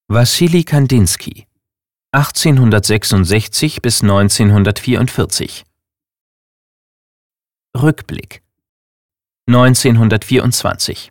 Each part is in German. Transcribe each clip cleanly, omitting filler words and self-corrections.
Wassili Kandinsky, 1866 bis 1944. Rückblick 1924.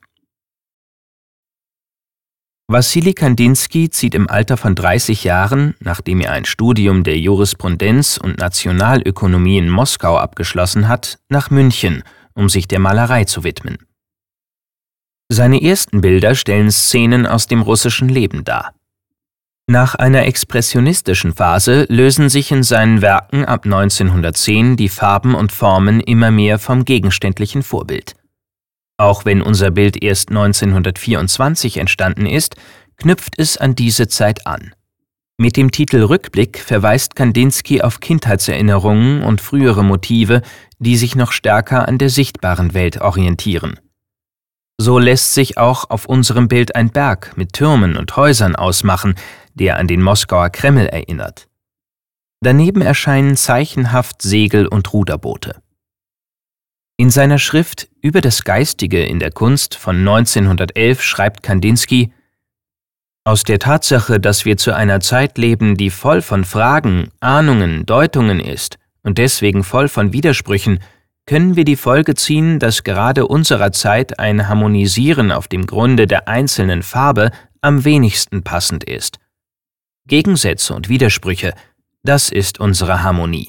Wassili Kandinsky zieht im Alter von 30 Jahren, nachdem er ein Studium der Jurisprudenz und Nationalökonomie in Moskau abgeschlossen hat, nach München, um sich der Malerei zu widmen. Seine ersten Bilder stellen Szenen aus dem russischen Leben dar. Nach einer expressionistischen Phase lösen sich in seinen Werken ab 1910 die Farben und Formen immer mehr vom gegenständlichen Vorbild. Auch wenn unser Bild erst 1924 entstanden ist, knüpft es an diese Zeit an. Mit dem Titel Rückblick verweist Kandinsky auf Kindheitserinnerungen und frühere Motive, die sich noch stärker an der sichtbaren Welt orientieren. So lässt sich auch auf unserem Bild ein Berg mit Türmen und Häusern ausmachen, der an den Moskauer Kreml erinnert. Daneben erscheinen zeichenhaft Segel- und Ruderboote. In seiner Schrift Über das Geistige in der Kunst von 1911 schreibt Kandinsky: Aus der Tatsache, dass wir zu einer Zeit leben, die voll von Fragen, Ahnungen, Deutungen ist und deswegen voll von Widersprüchen, können wir die Folge ziehen, dass gerade unserer Zeit ein Harmonisieren auf dem Grunde der einzelnen Farbe am wenigsten passend ist. Gegensätze und Widersprüche, das ist unsere Harmonie.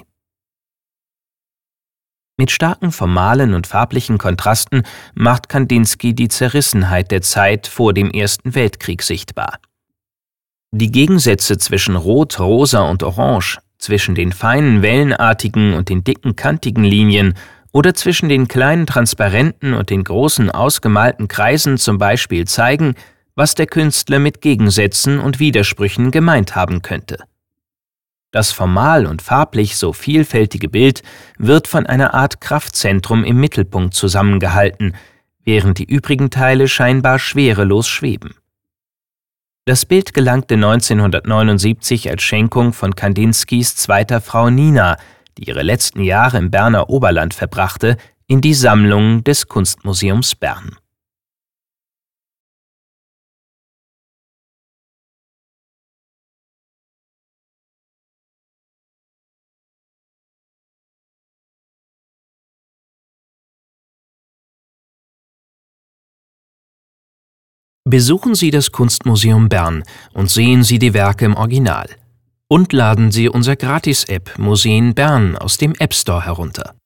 Mit starken formalen und farblichen Kontrasten macht Kandinsky die Zerrissenheit der Zeit vor dem Ersten Weltkrieg sichtbar. Die Gegensätze zwischen Rot, Rosa und Orange, zwischen den feinen wellenartigen und den dicken kantigen Linien oder zwischen den kleinen Transparenten und den großen ausgemalten Kreisen zum Beispiel zeigen, was der Künstler mit Gegensätzen und Widersprüchen gemeint haben könnte. Das formal und farblich so vielfältige Bild wird von einer Art Kraftzentrum im Mittelpunkt zusammengehalten, während die übrigen Teile scheinbar schwerelos schweben. Das Bild gelangte 1979 als Schenkung von Kandinskys zweiter Frau Nina, die ihre letzten Jahre im Berner Oberland verbrachte, in die Sammlung des Kunstmuseums Bern. Besuchen Sie das Kunstmuseum Bern und sehen Sie die Werke im Original. Und laden Sie unser Gratis-App Museen Bern aus dem App Store herunter.